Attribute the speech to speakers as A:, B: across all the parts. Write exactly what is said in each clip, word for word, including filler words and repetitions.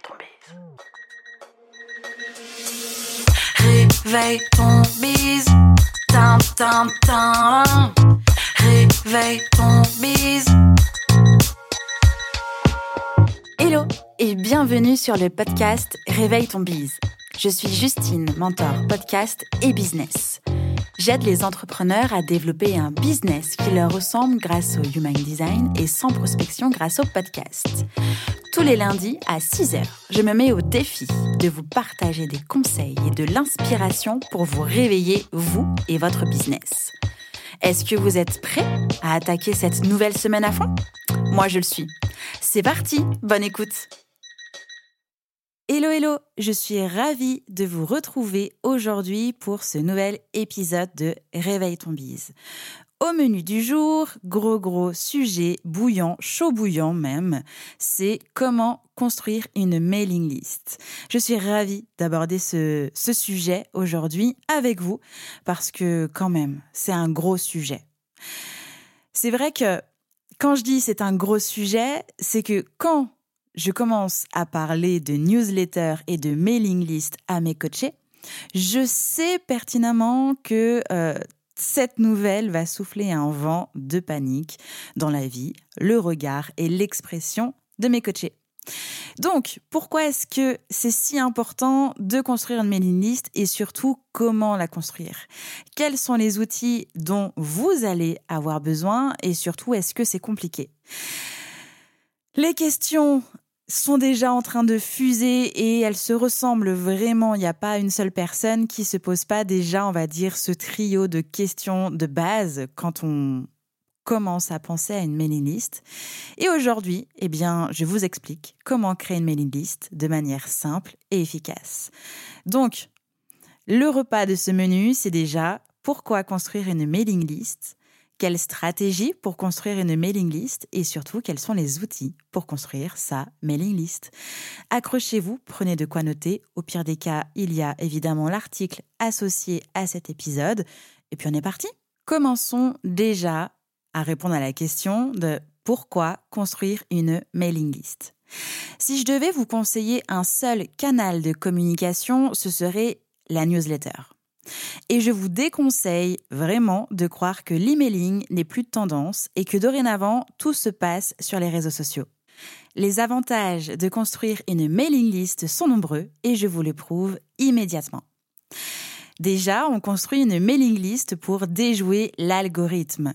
A: ton bise. Réveille ton bise. Tin, tin, tin. Réveille ton bise.
B: Hello et bienvenue sur le podcast Réveille ton bise. Je suis Justine, mentor podcast et business. J'aide les entrepreneurs à développer un business qui leur ressemble grâce au Human Design et sans prospection grâce au podcast. Tous les lundis à six heures, je me mets au défi de vous partager des conseils et de l'inspiration pour vous réveiller, vous et votre business. Est-ce que vous êtes prêts à attaquer cette nouvelle semaine à fond ? Moi, je le suis. C'est parti, bonne écoute. Hello, hello, je suis ravie de vous retrouver aujourd'hui pour ce nouvel épisode de Réveille ton bise. Au menu du jour, gros gros sujet bouillant, chaud bouillant même, c'est comment construire une mailing list. Je suis ravie d'aborder ce, ce sujet aujourd'hui avec vous parce que quand même, c'est un gros sujet. C'est vrai que quand je dis c'est un gros sujet, c'est que quand je commence à parler de newsletter et de mailing list à mes coachés, je sais pertinemment que euh, cette nouvelle va souffler un vent de panique dans la vie, le regard et l'expression de mes coachés. Donc, pourquoi est-ce que c'est si important de construire une mailing list et surtout comment la construire ? Quels sont les outils dont vous allez avoir besoin et surtout, est-ce que c'est compliqué ? Les questions sont déjà en train de fuser et elles se ressemblent vraiment. Il n'y a pas une seule personne qui se pose pas déjà, on va dire, ce trio de questions de base quand on commence à penser à une mailing list. Et aujourd'hui, eh bien, je vous explique comment créer une mailing list de manière simple et efficace. Donc, le repas de ce menu, c'est déjà pourquoi construire une mailing list ? Quelle stratégie pour construire une mailing list et surtout, quels sont les outils pour construire sa mailing list. Accrochez-vous, prenez de quoi noter. Au pire des cas, il y a évidemment l'article associé à cet épisode. Et puis on est parti. Commençons déjà à répondre à la question de pourquoi construire une mailing list. Si je devais vous conseiller un seul canal de communication, ce serait la newsletter. Et je vous déconseille vraiment de croire que l'emailing n'est plus de tendance et que dorénavant, tout se passe sur les réseaux sociaux. Les avantages de construire une mailing list sont nombreux et je vous le prouve immédiatement. Déjà, on construit une mailing list pour déjouer l'algorithme.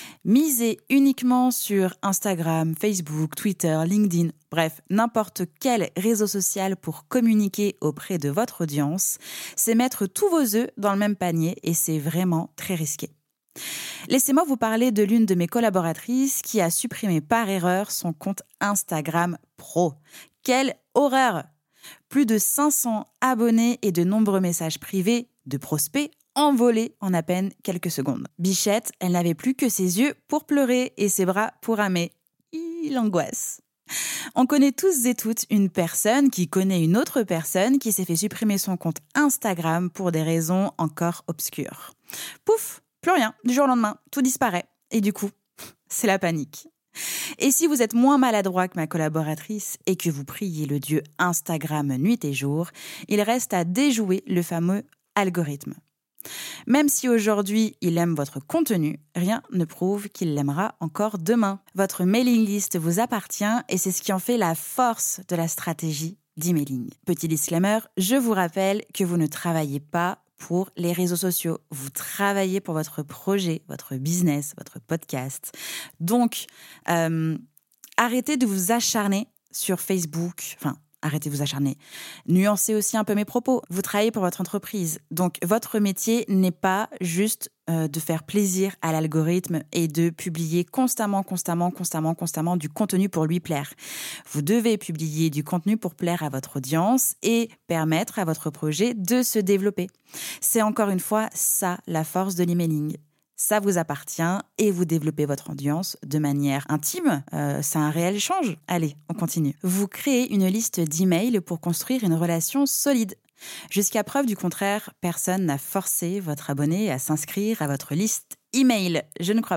B: Misez uniquement sur Instagram, Facebook, Twitter, LinkedIn, bref, n'importe quel réseau social pour communiquer auprès de votre audience, c'est mettre tous vos œufs dans le même panier et c'est vraiment très risqué. Laissez-moi vous parler de l'une de mes collaboratrices qui a supprimé par erreur son compte Instagram Pro. Quelle horreur ! Plus de cinq cents abonnés et de nombreux messages privés de prospects envolés en à peine quelques secondes. Bichette, elle n'avait plus que ses yeux pour pleurer et ses bras pour ramer. Il angoisse. On connaît tous et toutes une personne qui connaît une autre personne qui s'est fait supprimer son compte Instagram pour des raisons encore obscures. Pouf, plus rien, du jour au lendemain, tout disparaît. Et du coup, c'est la panique. Et si vous êtes moins maladroit que ma collaboratrice et que vous priez le dieu Instagram nuit et jour, il reste à déjouer le fameux algorithme. Même si aujourd'hui il aime votre contenu, rien ne prouve qu'il l'aimera encore demain. Votre mailing list vous appartient et c'est ce qui en fait la force de la stratégie d'emailing. Petit disclaimer, je vous rappelle que vous ne travaillez pas pour les réseaux sociaux. Vous travaillez pour votre projet, votre business, votre podcast. Donc, euh, arrêtez de vous acharner sur Facebook, enfin, arrêtez de vous acharner. Nuancez aussi un peu mes propos. Vous travaillez pour votre entreprise. Donc, votre métier n'est pas juste euh, de faire plaisir à l'algorithme et de publier constamment, constamment, constamment, constamment du contenu pour lui plaire. Vous devez publier du contenu pour plaire à votre audience et permettre à votre projet de se développer. C'est encore une fois ça, la force de l'emailing. Ça vous appartient et vous développez votre audience de manière intime. Euh, c'est un réel échange. Allez, on continue. Vous créez une liste d'emails pour construire une relation solide. Jusqu'à preuve du contraire, personne n'a forcé votre abonné à s'inscrire à votre liste email. Je ne crois pas.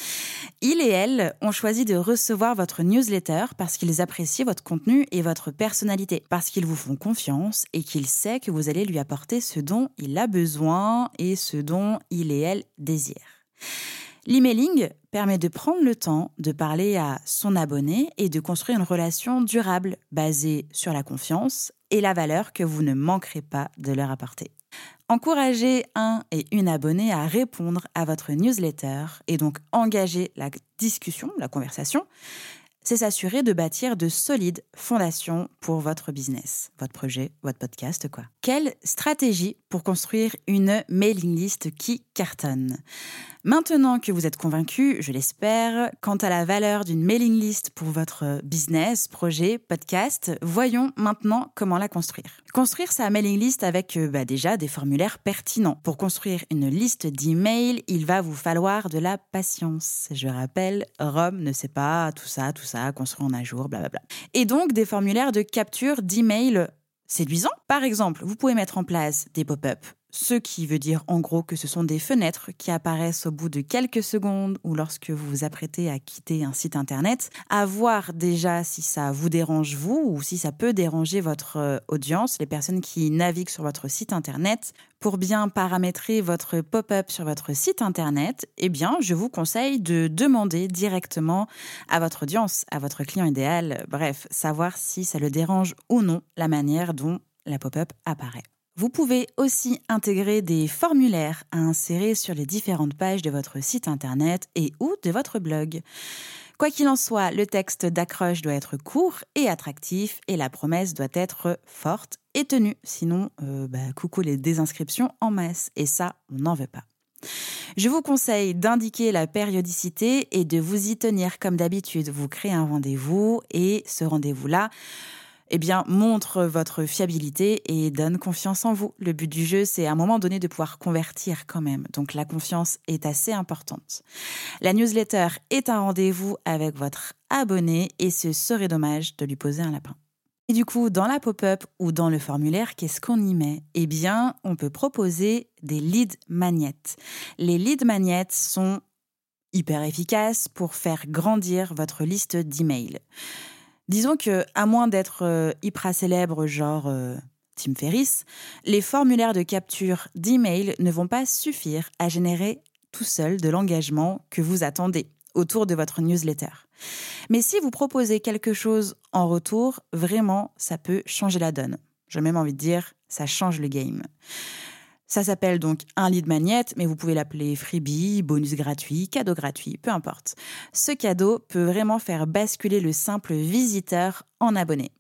B: Ils et elles ont choisi de recevoir votre newsletter parce qu'ils apprécient votre contenu et votre personnalité, parce qu'ils vous font confiance et qu'ils savent que vous allez lui apporter ce dont il a besoin et ce dont il et elle désirent. L'emailing permet de prendre le temps de parler à son abonné et de construire une relation durable basée sur la confiance et la valeur que vous ne manquerez pas de leur apporter. Encouragez un et une abonnée à répondre à votre newsletter et donc engager la discussion, la conversation, c'est s'assurer de bâtir de solides fondations pour votre business, votre projet, votre podcast, quoi. Quelle stratégie pour construire une mailing list qui cartonne ? Maintenant que vous êtes convaincu, je l'espère, quant à la valeur d'une mailing list pour votre business, projet, podcast, voyons maintenant comment la construire. Construire sa mailing list avec bah, déjà des formulaires pertinents. Pour construire une liste d'emails, il va vous falloir de la patience. Je rappelle, Rome ne sait pas tout ça, tout ça, construire en un jour, blablabla. Et donc des formulaires de capture d'emails séduisants. Par exemple, vous pouvez mettre en place des pop-up, ce qui veut dire en gros que ce sont des fenêtres qui apparaissent au bout de quelques secondes ou lorsque vous vous apprêtez à quitter un site internet, à voir déjà si ça vous dérange vous ou si ça peut déranger votre audience, les personnes qui naviguent sur votre site internet. Pour bien paramétrer votre pop-up sur votre site internet, eh bien, je vous conseille de demander directement à votre audience, à votre client idéal, bref, savoir si ça le dérange ou non la manière dont la pop-up apparaît. Vous pouvez aussi intégrer des formulaires à insérer sur les différentes pages de votre site internet et ou de votre blog. Quoi qu'il en soit, le texte d'accroche doit être court et attractif et la promesse doit être forte et tenue. Sinon, euh, bah, coucou les désinscriptions en masse. Et ça, on n'en veut pas. Je vous conseille d'indiquer la périodicité et de vous y tenir comme d'habitude. Vous créez un rendez-vous et ce rendez-vous-là, eh bien, montre votre fiabilité et donne confiance en vous. Le but du jeu, c'est à un moment donné de pouvoir convertir quand même. Donc, la confiance est assez importante. La newsletter est un rendez-vous avec votre abonné et ce serait dommage de lui poser un lapin. Et du coup, dans la pop-up ou dans le formulaire, qu'est-ce qu'on y met ? Eh bien, on peut proposer des lead magnets. Les lead magnets sont hyper efficaces pour faire grandir votre liste d'emails. Disons que, à moins d'être euh, hyper célèbre, genre euh, Tim Ferriss, les formulaires de capture d'email ne vont pas suffire à générer tout seul de l'engagement que vous attendez autour de votre newsletter. Mais si vous proposez quelque chose en retour, vraiment, ça peut changer la donne. J'ai même envie de dire, ça change le game. Ça s'appelle donc un lead magnet, mais vous pouvez l'appeler freebie, bonus gratuit, cadeau gratuit, peu importe. Ce cadeau peut vraiment faire basculer le simple visiteur en abonné.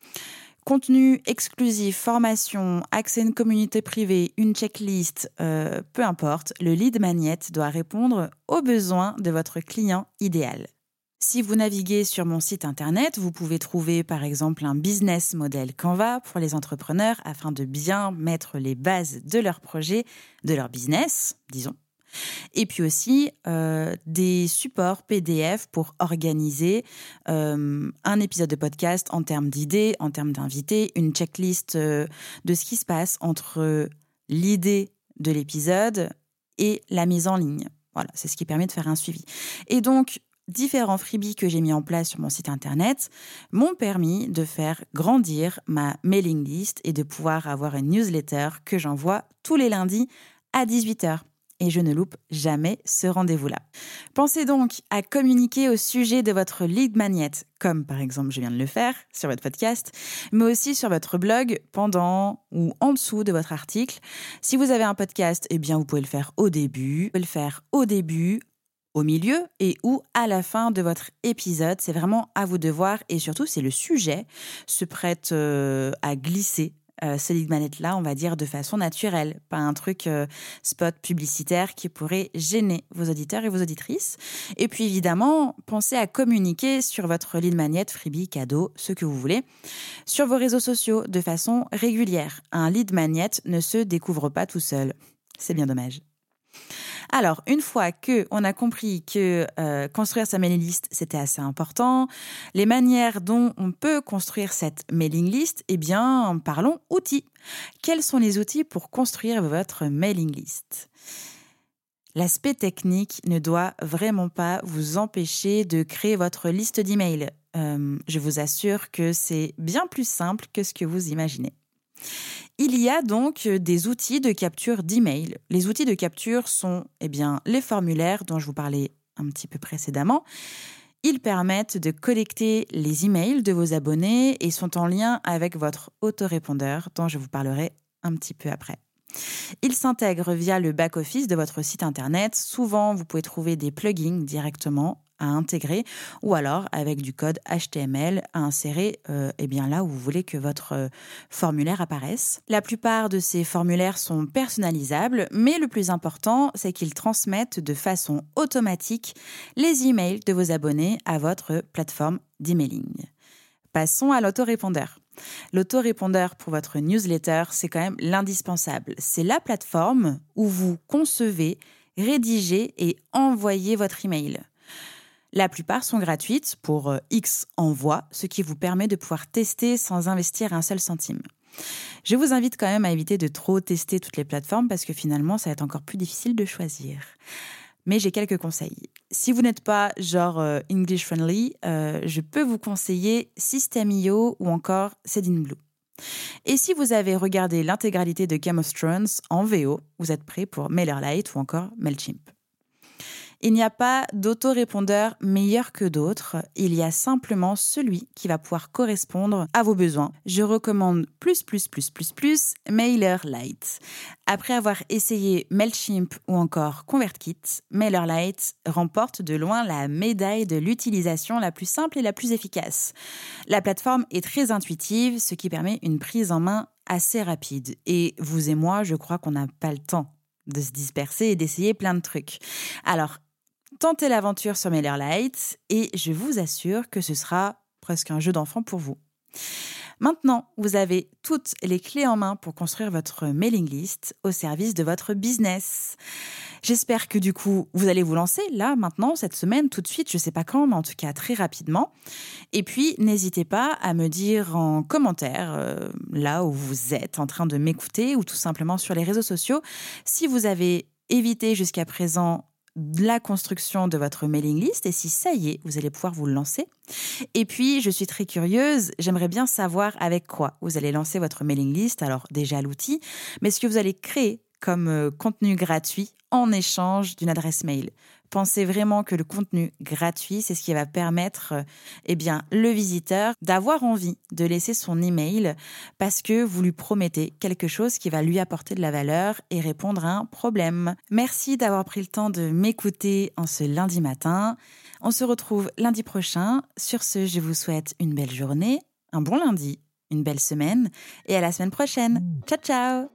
B: Contenu exclusif, formation, accès à une communauté privée, une checklist, euh, peu importe, le lead magnet doit répondre aux besoins de votre client idéal. Si vous naviguez sur mon site internet, vous pouvez trouver par exemple un business model Canva pour les entrepreneurs afin de bien mettre les bases de leur projet, de leur business, disons. Et puis aussi euh, des supports P D F pour organiser euh, un épisode de podcast en termes d'idées, en termes d'invités, une checklist euh, de ce qui se passe entre l'idée de l'épisode et la mise en ligne. Voilà, c'est ce qui permet de faire un suivi. Et donc, différents freebies que j'ai mis en place sur mon site internet m'ont permis de faire grandir ma mailing list et de pouvoir avoir une newsletter que j'envoie tous les lundis à dix-huit heures. Et je ne loupe jamais ce rendez-vous-là. Pensez donc à communiquer au sujet de votre lead magnet, comme par exemple je viens de le faire sur votre podcast, mais aussi sur votre blog pendant ou en dessous de votre article. Si vous avez un podcast, eh bien vous pouvez le faire au début, vous pouvez le faire au début, au milieu et ou à la fin de votre épisode. C'est vraiment à vous de voir et surtout, c'est le sujet se prête euh, à glisser euh, ce lead magnet-là, on va dire, de façon naturelle. Pas un truc euh, spot publicitaire qui pourrait gêner vos auditeurs et vos auditrices. Et puis évidemment, pensez à communiquer sur votre lead magnet, freebie, cadeau, ce que vous voulez, sur vos réseaux sociaux de façon régulière. Un lead magnet ne se découvre pas tout seul. C'est bien dommage. Alors, une fois qu'on a compris que euh, construire sa mailing list, c'était assez important, les manières dont on peut construire cette mailing list, eh bien, parlons outils. Quels sont les outils pour construire votre mailing list ? L'aspect technique ne doit vraiment pas vous empêcher de créer votre liste d'emails. Euh, je vous assure que c'est bien plus simple que ce que vous imaginez. Il y a donc des outils de capture d'emails. Les outils de capture sont eh bien, les formulaires dont je vous parlais un petit peu précédemment. Ils permettent de collecter les emails de vos abonnés et sont en lien avec votre autorépondeur dont je vous parlerai un petit peu après. Ils s'intègrent via le back-office de votre site internet. Souvent, vous pouvez trouver des plugins directement à intégrer ou alors avec du code H T M L à insérer euh, eh bien là où vous voulez que votre euh, formulaire apparaisse. La plupart de ces formulaires sont personnalisables, mais le plus important, c'est qu'ils transmettent de façon automatique les emails de vos abonnés à votre plateforme d'emailing. Passons à l'autorépondeur. L'autorépondeur pour votre newsletter, c'est quand même l'indispensable. C'est la plateforme où vous concevez, rédigez et envoyez votre email. La plupart sont gratuites pour X envois, ce qui vous permet de pouvoir tester sans investir un seul centime. Je vous invite quand même à éviter de trop tester toutes les plateformes parce que finalement, ça va être encore plus difficile de choisir. Mais j'ai quelques conseils. Si vous n'êtes pas genre euh, English friendly, euh, je peux vous conseiller System point i o ou encore Sendinblue. Et si vous avez regardé l'intégralité de Game of Thrones en V O, vous êtes prêt pour MailerLite ou encore Mailchimp. Il n'y a pas d'autorépondeur meilleur que d'autres, il y a simplement celui qui va pouvoir correspondre à vos besoins. Je recommande plus, plus, plus, plus, plus MailerLite. Après avoir essayé Mailchimp ou encore ConvertKit, MailerLite remporte de loin la médaille de l'utilisation la plus simple et la plus efficace. La plateforme est très intuitive, ce qui permet une prise en main assez rapide. Et vous et moi, je crois qu'on n'a pas le temps de se disperser et d'essayer plein de trucs. Alors, tentez l'aventure sur MailerLite et je vous assure que ce sera presque un jeu d'enfant pour vous. Maintenant, vous avez toutes les clés en main pour construire votre mailing list au service de votre business. J'espère que du coup, vous allez vous lancer là, maintenant, cette semaine, tout de suite, je ne sais pas quand, mais en tout cas très rapidement. Et puis, n'hésitez pas à me dire en commentaire, euh, là où vous êtes en train de m'écouter ou tout simplement sur les réseaux sociaux, si vous avez évité jusqu'à présent la construction de votre mailing list et si ça y est, vous allez pouvoir vous le lancer. Et puis, je suis très curieuse, j'aimerais bien savoir avec quoi vous allez lancer votre mailing list. Alors déjà l'outil, mais ce que vous allez créer comme euh, contenu gratuit en échange d'une adresse mail. Pensez vraiment que le contenu gratuit, c'est ce qui va permettre euh, eh bien, le visiteur d'avoir envie de laisser son email parce que vous lui promettez quelque chose qui va lui apporter de la valeur et répondre à un problème. Merci d'avoir pris le temps de m'écouter en ce lundi matin. On se retrouve lundi prochain. Sur ce, je vous souhaite une belle journée, un bon lundi, une belle semaine et à la semaine prochaine. Ciao, ciao!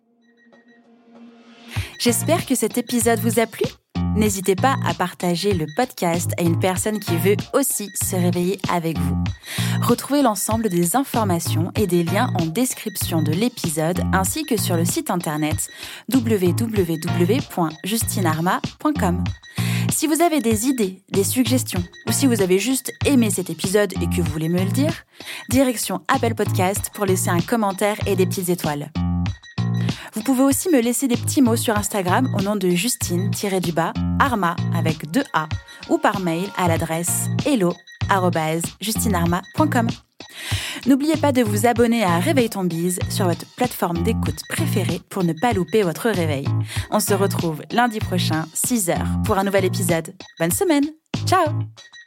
B: J'espère que cet épisode vous a plu. N'hésitez pas à partager le podcast à une personne qui veut aussi se réveiller avec vous. Retrouvez l'ensemble des informations et des liens en description de l'épisode ainsi que sur le site internet w w w point justine arma point com. Si vous avez des idées, des suggestions ou si vous avez juste aimé cet épisode et que vous voulez me le dire, direction Apple Podcast pour laisser un commentaire et des petites étoiles. Vous pouvez aussi me laisser des petits mots sur Instagram au nom de Justine-Arma avec deux A ou par mail à l'adresse hello arobase justine arma point com. N'oubliez pas de vous abonner à Réveille ton bise sur votre plateforme d'écoute préférée pour ne pas louper votre réveil. On se retrouve lundi prochain, six heures, pour un nouvel épisode. Bonne semaine. Ciao!